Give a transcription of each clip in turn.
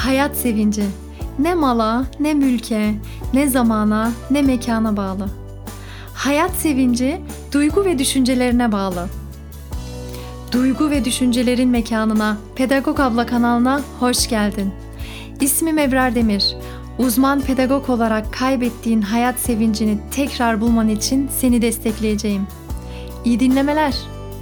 Hayat sevinci ne mala, ne mülke, ne zamana, ne mekana bağlı. Hayat sevinci duygu ve düşüncelerine bağlı. Duygu ve düşüncelerin mekanına, Pedagog Abla kanalına hoş geldin. İsmim Ebrar Demir. Uzman pedagog olarak kaybettiğin hayat sevincini tekrar bulman için seni destekleyeceğim. İyi dinlemeler.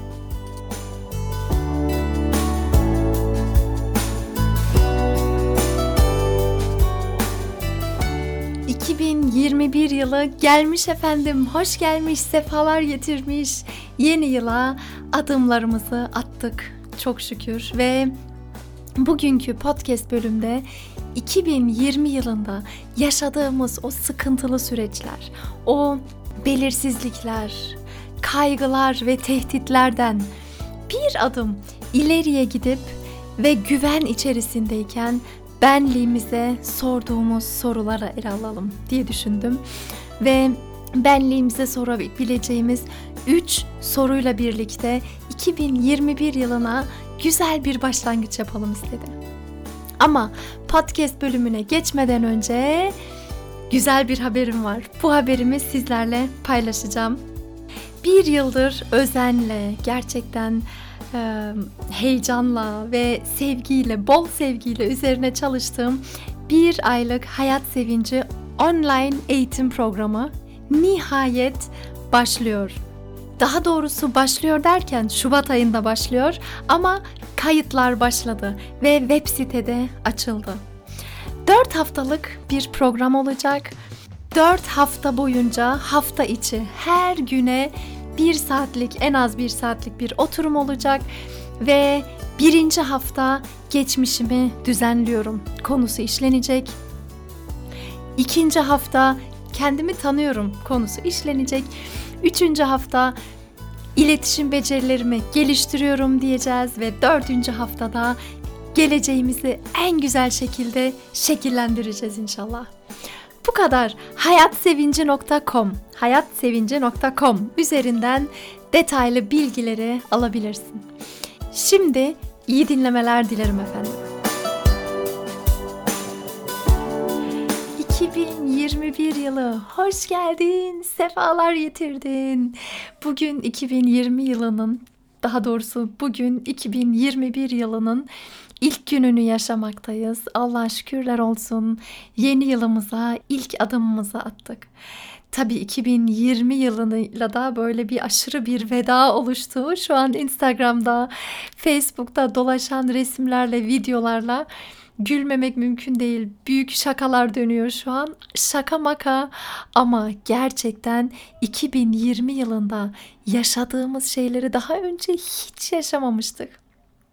...2021 yılı gelmiş efendim, hoş gelmiş, sefalar getirmiş. Yeni yıla adımlarımızı attık çok şükür ve bugünkü podcast bölümde 2020 yılında yaşadığımız o sıkıntılı süreçler, o belirsizlikler, kaygılar ve tehditlerden bir adım ileriye gidip ve güven içerisindeyken benliğimize sorduğumuz sorulara ele alalım diye düşündüm. Ve benliğimize sorabileceğimiz 3 soruyla birlikte 2021 yılına güzel bir başlangıç yapalım istedim. Ama podcast bölümüne geçmeden önce güzel bir haberim var. Bu haberimi sizlerle paylaşacağım. Bir yıldır özenle, gerçekten heyecanla ve sevgiyle, bol sevgiyle üzerine çalıştığım bir aylık hayat sevinci online eğitim programı nihayet başlıyor. Daha doğrusu başlıyor derken Şubat ayında başlıyor ama kayıtlar başladı ve web sitede açıldı. 4 haftalık bir program olacak. 4 hafta boyunca hafta içi her güne 1 saatlik, en az 1 saatlik bir oturum olacak ve 1. hafta geçmişimi düzenliyorum konusu işlenecek. 2. hafta kendimi tanıyorum konusu işlenecek. 3. hafta iletişim becerilerimi geliştiriyorum diyeceğiz ve 4. haftada geleceğimizi en güzel şekilde şekillendireceğiz inşallah. Bu kadar. hayatsevinci.com üzerinden detaylı bilgileri alabilirsin. Şimdi iyi dinlemeler dilerim efendim. 2021 yılı hoş geldin, sefalar getirdin. Bugün 2020 yılının, daha doğrusu bugün 2021 yılının İlk gününü yaşamaktayız. Allah'a şükürler olsun. Yeni yılımıza ilk adımımızı attık. Tabii 2020 yılıyla da böyle bir aşırı bir veda oluştu. Şu an Instagram'da, Facebook'ta dolaşan resimlerle, videolarla gülmemek mümkün değil. Büyük şakalar dönüyor şu an. Şaka maka ama gerçekten 2020 yılında yaşadığımız şeyleri daha önce hiç yaşamamıştık.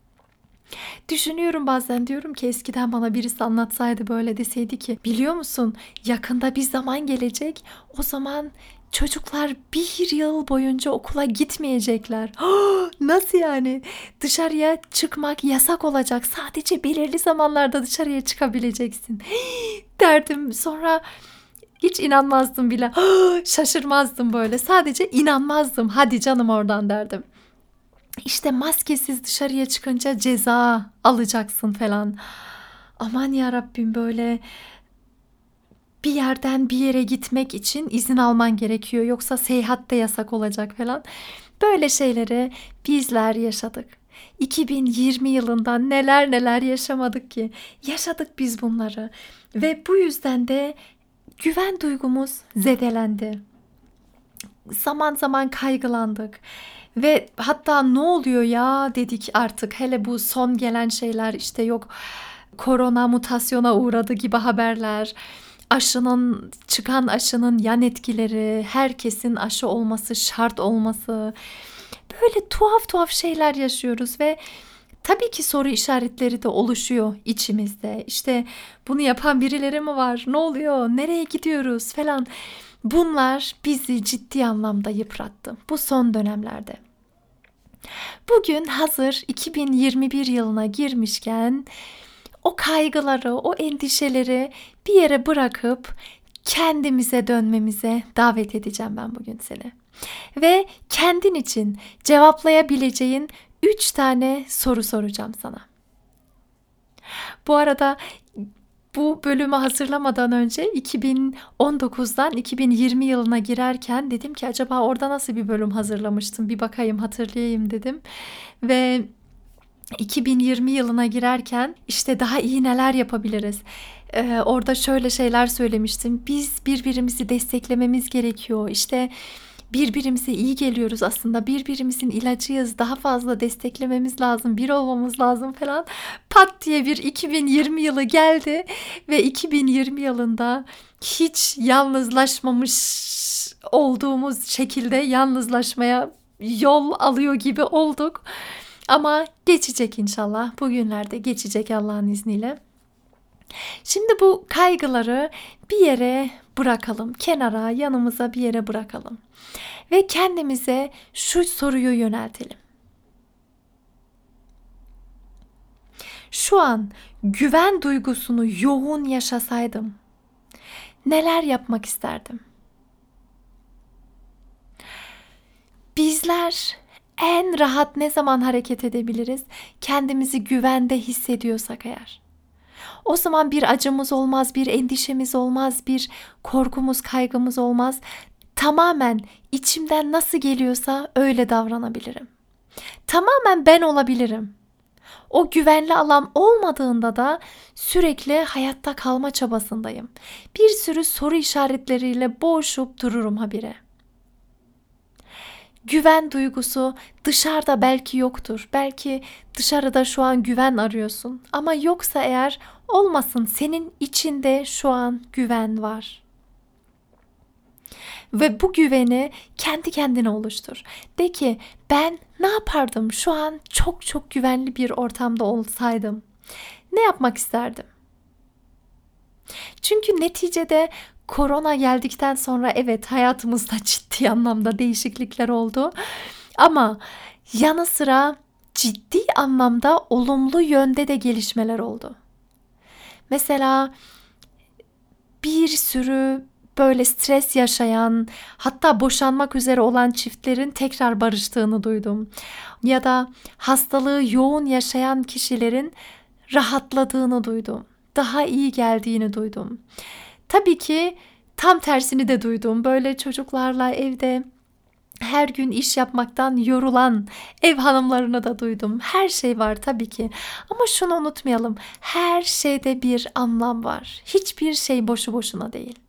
Düşünüyorum bazen, diyorum ki eskiden bana birisi anlatsaydı, böyle deseydi ki biliyor musun yakında bir zaman gelecek, o zaman çocuklar 1 yıl boyunca okula gitmeyecekler. Nasıl yani? Dışarıya çıkmak yasak olacak, sadece belirli zamanlarda dışarıya çıkabileceksin derdim. Sonra hiç inanmazdım bile. Şaşırmazdım böyle, sadece inanmazdım. Hadi canım oradan derdim. İşte maskesiz dışarıya çıkınca ceza alacaksın falan. Aman ya Rabbim, böyle bir yerden bir yere gitmek için izin alman gerekiyor. Yoksa seyahat de yasak olacak falan. Böyle şeyleri bizler yaşadık. 2020 yılında neler neler yaşamadık ki. Yaşadık biz bunları. Ve bu yüzden de güven duygumuz zedelendi. Zaman zaman kaygılandık. Ve hatta ne oluyor ya dedik artık, hele bu son gelen şeyler, işte yok korona mutasyona uğradı gibi haberler, çıkan aşının yan etkileri, herkesin aşı olması şart olması, böyle tuhaf tuhaf şeyler yaşıyoruz ve tabii ki soru işaretleri de oluşuyor içimizde. İşte bunu yapan birileri mi var? Ne oluyor? Nereye gidiyoruz falan. Bunlar bizi ciddi anlamda yıprattı bu son dönemlerde. Bugün hazır 2021 yılına girmişken o kaygıları, o endişeleri bir yere bırakıp kendimize dönmemize davet edeceğim ben bugün seni. Ve kendin için cevaplayabileceğin 3 tane soru soracağım sana. Bu arada Bu bölümü hazırlamadan önce 2019'dan 2020 yılına girerken dedim ki acaba orada nasıl bir bölüm hazırlamıştım, bir bakayım, hatırlayayım dedim. Ve 2020 yılına girerken işte daha iyi neler yapabiliriz? Orada şöyle şeyler söylemiştim. Biz birbirimizi desteklememiz gerekiyor. İşte birbirimize iyi geliyoruz aslında. Birbirimizin ilacıyız. Daha fazla desteklememiz lazım. Bir olmamız lazım falan. Pat diye bir 2020 yılı geldi ve 2020 yılında hiç yalnızlaşmamış olduğumuz şekilde yalnızlaşmaya yol alıyor gibi olduk. Ama geçecek inşallah. Bugünlerde geçecek Allah'ın izniyle. Şimdi bu kaygıları bir yere bırakalım. Kenara, yanımıza bir yere bırakalım. Ve kendimize şu soruyu yöneltelim. Şu an güven duygusunu yoğun yaşasaydım neler yapmak isterdim? Bizler en rahat ne zaman hareket edebiliriz? Kendimizi güvende hissediyorsak eğer. O zaman bir acımız olmaz, bir endişemiz olmaz, bir korkumuz, kaygımız olmaz. Tamamen içimden nasıl geliyorsa öyle davranabilirim. Tamamen ben olabilirim. O güvenli alan olmadığında da sürekli hayatta kalma çabasındayım. Bir sürü soru işaretleriyle boğuşup dururum habire. Güven duygusu dışarıda belki yoktur. Belki dışarıda şu an güven arıyorsun. Ama yoksa eğer olmasın, senin içinde şu an güven var. Ve bu güveni kendi kendine oluştur. De ki ben ne yapardım şu an çok çok güvenli bir ortamda olsaydım? Ne yapmak isterdim? Çünkü neticede korona geldikten sonra evet hayatımızda ciddi anlamda değişiklikler oldu. Ama yanı sıra ciddi anlamda olumlu yönde de gelişmeler oldu. Mesela bir sürü böyle stres yaşayan, hatta boşanmak üzere olan çiftlerin tekrar barıştığını duydum. Ya da hastalığı yoğun yaşayan kişilerin rahatladığını duydum. Daha iyi geldiğini duydum. Tabii ki tam tersini de duydum. Böyle çocuklarla evde her gün iş yapmaktan yorulan ev hanımlarını da duydum. Her şey var tabii ki. Ama şunu unutmayalım. Her şeyde bir anlam var. Hiçbir şey boşu boşuna değil.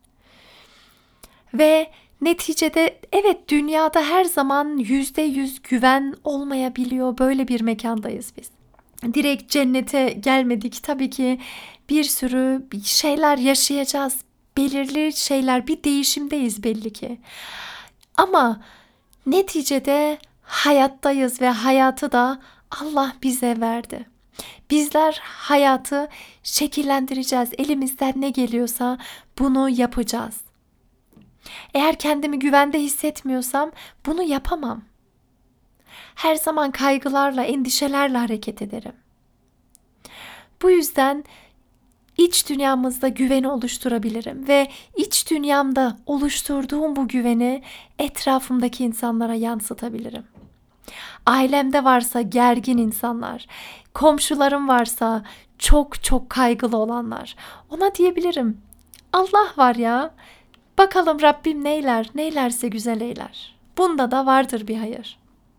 Ve neticede evet dünyada her zaman %100 güven olmayabiliyor. Böyle bir mekandayız biz. Direkt cennete gelmedik. Tabii ki bir sürü şeyler yaşayacağız. Belirli şeyler, bir değişimdeyiz belli ki. Ama neticede hayattayız ve hayatı da Allah bize verdi. Bizler hayatı şekillendireceğiz. Elimizden ne geliyorsa bunu yapacağız. Eğer kendimi güvende hissetmiyorsam bunu yapamam. Her zaman kaygılarla, endişelerle hareket ederim. Bu yüzden iç dünyamızda güveni oluşturabilirim ve iç dünyamda oluşturduğum bu güveni etrafımdaki insanlara yansıtabilirim. Ailemde varsa gergin insanlar, komşularım varsa çok çok kaygılı olanlar, ona diyebilirim. Allah var ya, bakalım Rabbim neyler, neylerse güzel eyler. Bunda da vardır bir hayır.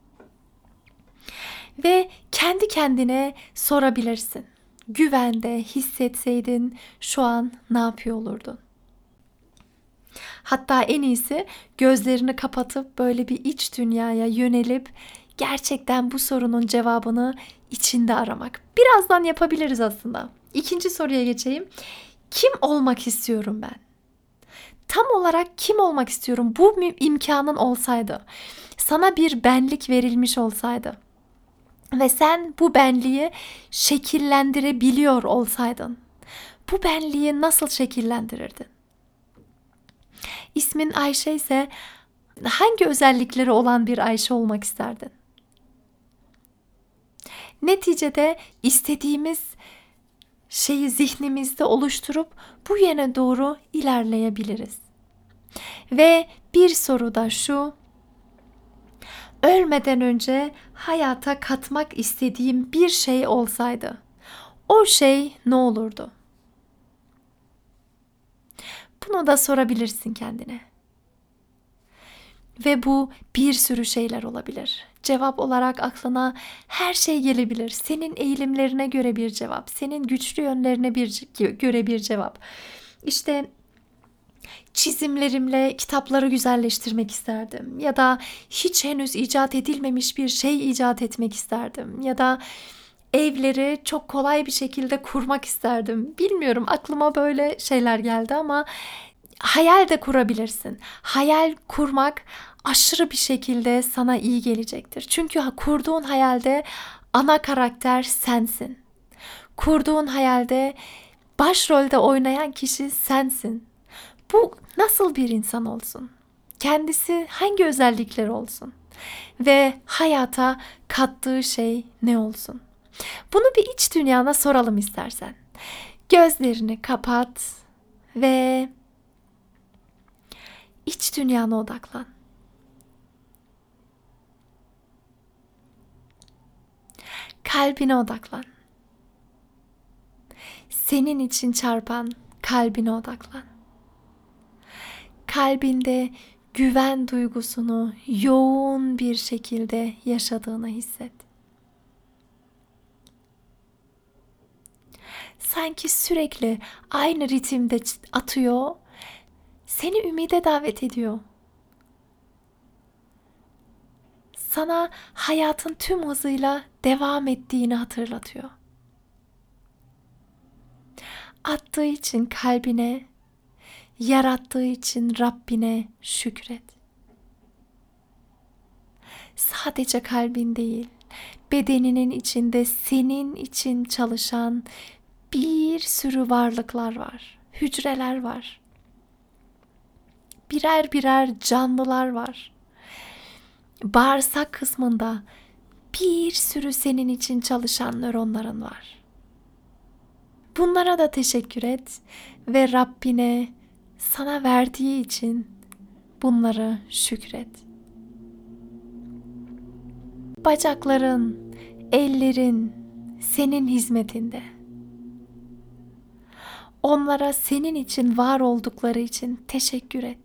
Ve kendi kendine sorabilirsin. Güvende hissetseydin şu an ne yapıyor olurdun? Hatta en iyisi gözlerini kapatıp böyle bir iç dünyaya yönelip gerçekten bu sorunun cevabını içinde aramak. Birazdan yapabiliriz aslında. İkinci soruya geçeyim. Kim olmak istiyorum ben? Tam olarak kim olmak istiyorum? Bu imkanın olsaydı, sana bir benlik verilmiş olsaydı ve sen bu benliği şekillendirebiliyor olsaydın, bu benliği nasıl şekillendirirdin? İsmin Ayşe ise hangi özellikleri olan bir Ayşe olmak isterdin? Neticede istediğimiz şeyi zihnimizde oluşturup bu yöne doğru ilerleyebiliriz. Ve bir soru da şu: ölmeden önce hayata katmak istediğim bir şey olsaydı, o şey ne olurdu? Bunu da sorabilirsin kendine. Ve bu bir sürü şeyler olabilir. Cevap olarak aklına her şey gelebilir. Senin eğilimlerine göre bir cevap, senin güçlü yönlerine göre bir cevap. İşte çizimlerimle kitapları güzelleştirmek isterdim. Ya da hiç henüz icat edilmemiş bir şey icat etmek isterdim. Ya da evleri çok kolay bir şekilde kurmak isterdim. Bilmiyorum, aklıma böyle şeyler geldi ama hayal de kurabilirsin. Hayal kurmak aşırı bir şekilde sana iyi gelecektir. Çünkü kurduğun hayalde ana karakter sensin. Kurduğun hayalde başrolde oynayan kişi sensin. Bu nasıl bir insan olsun? Kendisi hangi özellikler olsun? Ve hayata kattığı şey ne olsun? Bunu bir iç dünyana soralım istersen. Gözlerini kapat ve iç dünyana odaklan. Kalbine odaklan. Senin için çarpan kalbine odaklan. Kalbinde güven duygusunu yoğun bir şekilde yaşadığını hisset. Sanki sürekli aynı ritimde atıyor, seni ümide davet ediyor. Sana hayatın tüm hızıyla devam ettiğini hatırlatıyor. Attığı için kalbine, yarattığı için Rabbine şükret. Sadece kalbin değil, bedeninin içinde senin için çalışan bir sürü varlıklar var, hücreler var. Birer birer canlılar var. Bağırsak kısmında bir sürü senin için çalışan nöronların var. Bunlara da teşekkür et ve Rabbine sana verdiği için bunları şükret. Bacakların, ellerin senin hizmetinde. Onlara senin için var oldukları için teşekkür et.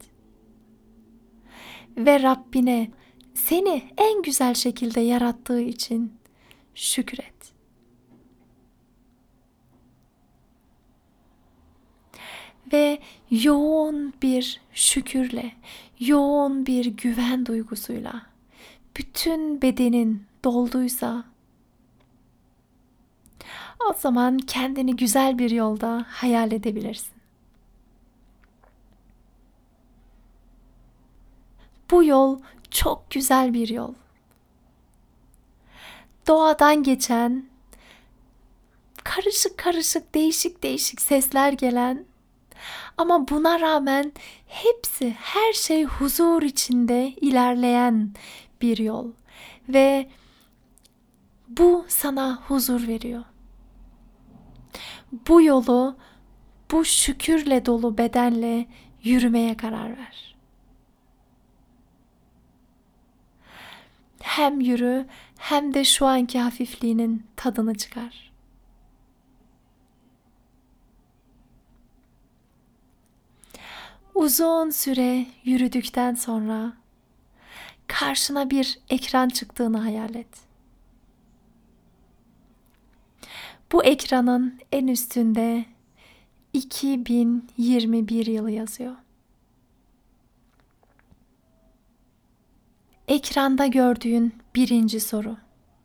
Ve Rabbine seni en güzel şekilde yarattığı için şükret. Ve yoğun bir şükürle, yoğun bir güven duygusuyla bütün bedenin dolduysa, o zaman kendini güzel bir yolda hayal edebilirsin. Bu yol çok güzel bir yol. Doğadan geçen, karışık karışık, değişik değişik sesler gelen, ama buna rağmen hepsi, her şey huzur içinde ilerleyen bir yol. Ve bu sana huzur veriyor. Bu yolu, bu şükürle dolu bedenle yürümeye karar ver. Hem yürü hem de şu anki hafifliğinin tadını çıkar. Uzun süre yürüdükten sonra karşına bir ekran çıktığını hayal et. Bu ekranın en üstünde 2021 yılı yazıyor. Ekranda gördüğün birinci soru.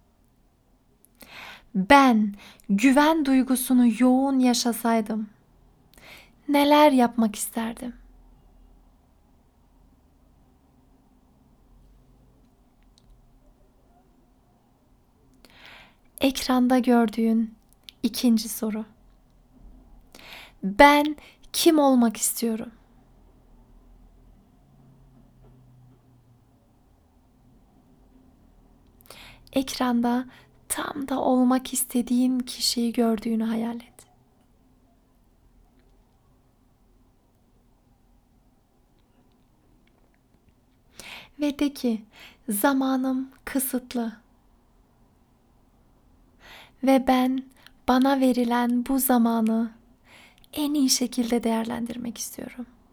Ben güven duygusunu yoğun yaşasaydım neler yapmak isterdim? Ekranda gördüğün ikinci soru. Ben kim olmak istiyorum? Ekranda tam da olmak istediğin kişiyi gördüğünü hayal et. Ve de ki, zamanım kısıtlı. Ve ben bana verilen bu zamanı en iyi şekilde değerlendirmek istiyorum.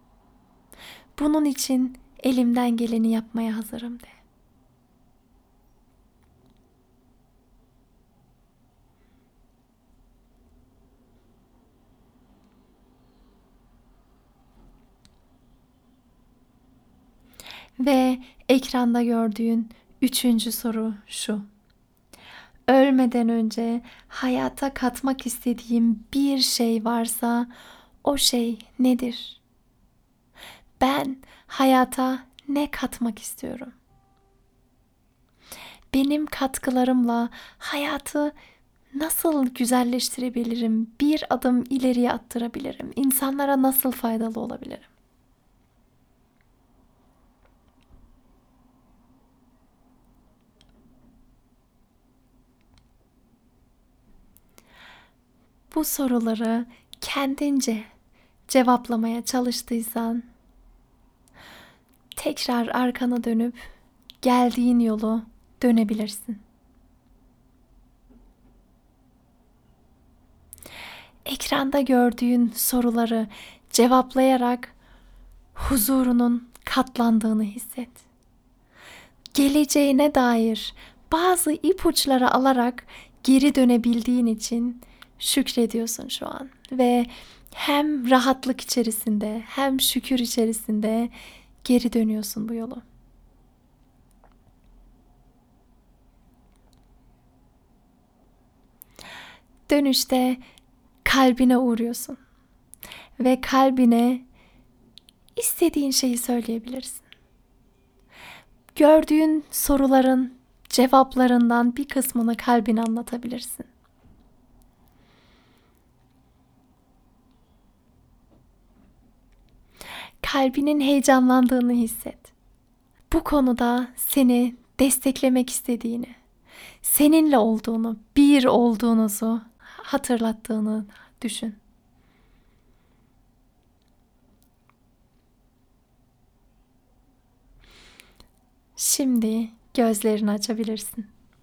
Bunun için elimden geleni yapmaya hazırım de. Ve ekranda gördüğün 3. soru şu. Ölmeden önce hayata katmak istediğim bir şey varsa o şey nedir? Ben hayata ne katmak istiyorum? Benim katkılarımla hayatı nasıl güzelleştirebilirim? Bir adım ileriye attırabilirim? İnsanlara nasıl faydalı olabilirim? Bu soruları kendince cevaplamaya çalıştıysan tekrar arkana dönüp geldiğin yolu dönebilirsin. Ekranda gördüğün soruları cevaplayarak huzurunun katlandığını hisset. Geleceğine dair bazı ipuçları alarak geri dönebildiğin için şükrediyorsun şu an ve hem rahatlık içerisinde hem şükür içerisinde geri dönüyorsun bu yolu. Dönüşte kalbine uğruyorsun ve kalbine istediğin şeyi söyleyebilirsin. Gördüğün soruların cevaplarından bir kısmını kalbine anlatabilirsin. Kalbinin heyecanlandığını hisset. Bu konuda seni desteklemek istediğini, seninle olduğunu, bir olduğunuzu hatırlattığını düşün. Şimdi gözlerini açabilirsin.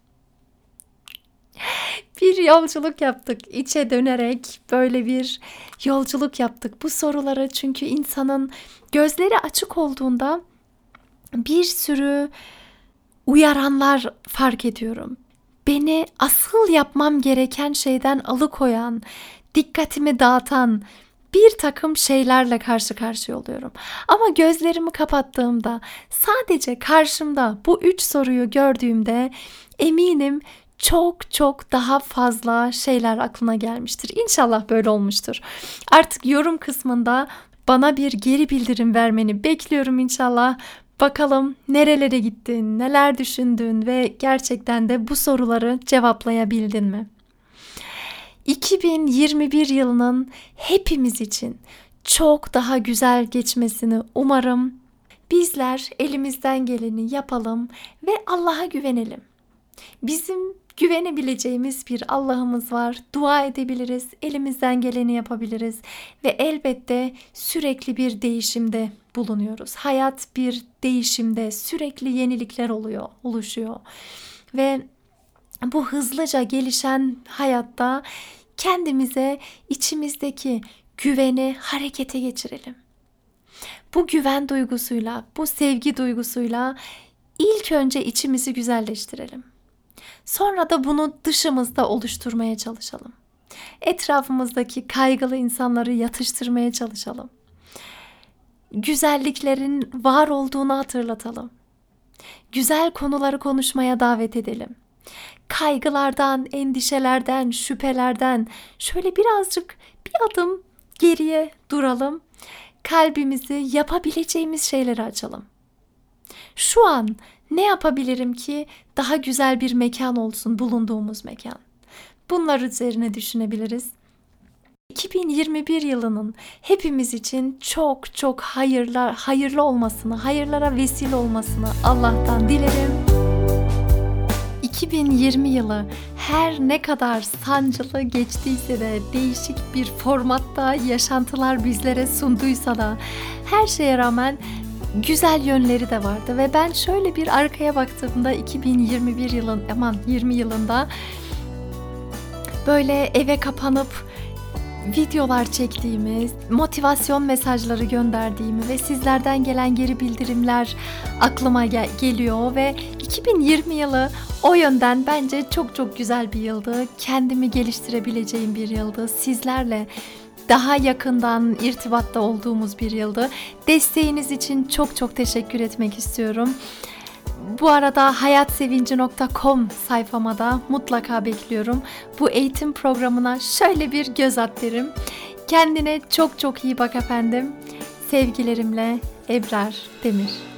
Bir yolculuk yaptık. İçe dönerek böyle bir yolculuk yaptık. Bu soruları çünkü insanın gözleri açık olduğunda bir sürü uyaranlar fark ediyorum. Beni asıl yapmam gereken şeyden alıkoyan, dikkatimi dağıtan bir takım şeylerle karşı karşıya oluyorum. Ama gözlerimi kapattığımda sadece karşımda bu 3 soruyu gördüğümde eminim çok çok daha fazla şeyler aklına gelmiştir. İnşallah böyle olmuştur. Artık yorum kısmında bana bir geri bildirim vermeni bekliyorum inşallah. Bakalım nerelere gittin, neler düşündün ve gerçekten de bu soruları cevaplayabildin mi? 2021 yılının hepimiz için çok daha güzel geçmesini umarım. Bizler elimizden geleni yapalım ve Allah'a güvenelim. Bizim güvenebileceğimiz bir Allah'ımız var. Dua edebiliriz, elimizden geleni yapabiliriz ve elbette sürekli bir değişimde bulunuyoruz. Hayat bir değişimde, sürekli yenilikler oluşuyor. Ve bu hızlıca gelişen hayatta kendimize içimizdeki güveni harekete geçirelim. Bu güven duygusuyla, bu sevgi duygusuyla ilk önce içimizi güzelleştirelim. Sonra da bunu dışımızda oluşturmaya çalışalım. Etrafımızdaki kaygılı insanları yatıştırmaya çalışalım. Güzelliklerin var olduğunu hatırlatalım. Güzel konuları konuşmaya davet edelim. Kaygılardan, endişelerden, şüphelerden şöyle birazcık bir adım geriye duralım. Kalbimizi yapabileceğimiz şeyleri açalım. Şu an ne yapabilirim ki daha güzel bir mekan olsun bulunduğumuz mekan? Bunlar üzerine düşünebiliriz. 2021 yılının hepimiz için çok çok hayırlı olmasını, hayırlara vesile olmasını Allah'tan dilerim. 2020 yılı her ne kadar sancılı geçtiyse de, değişik bir formatta yaşantılar bizlere sunduysa da her şeye rağmen güzel yönleri de vardı ve ben şöyle bir arkaya baktığımda 20 yılında böyle eve kapanıp videolar çektiğimi, motivasyon mesajları gönderdiğimi ve sizlerden gelen geri bildirimler aklıma geliyor ve 2020 yılı o yönden bence çok çok güzel bir yıldı. Kendimi geliştirebileceğim bir yıldı. Sizlerle daha yakından irtibatta olduğumuz bir yıldı. Desteğiniz için çok çok teşekkür etmek istiyorum. Bu arada hayatsevinci.com sayfama da mutlaka bekliyorum. Bu eğitim programına şöyle bir göz at derim. Kendine çok çok iyi bak efendim. Sevgilerimle Ebrar Demir.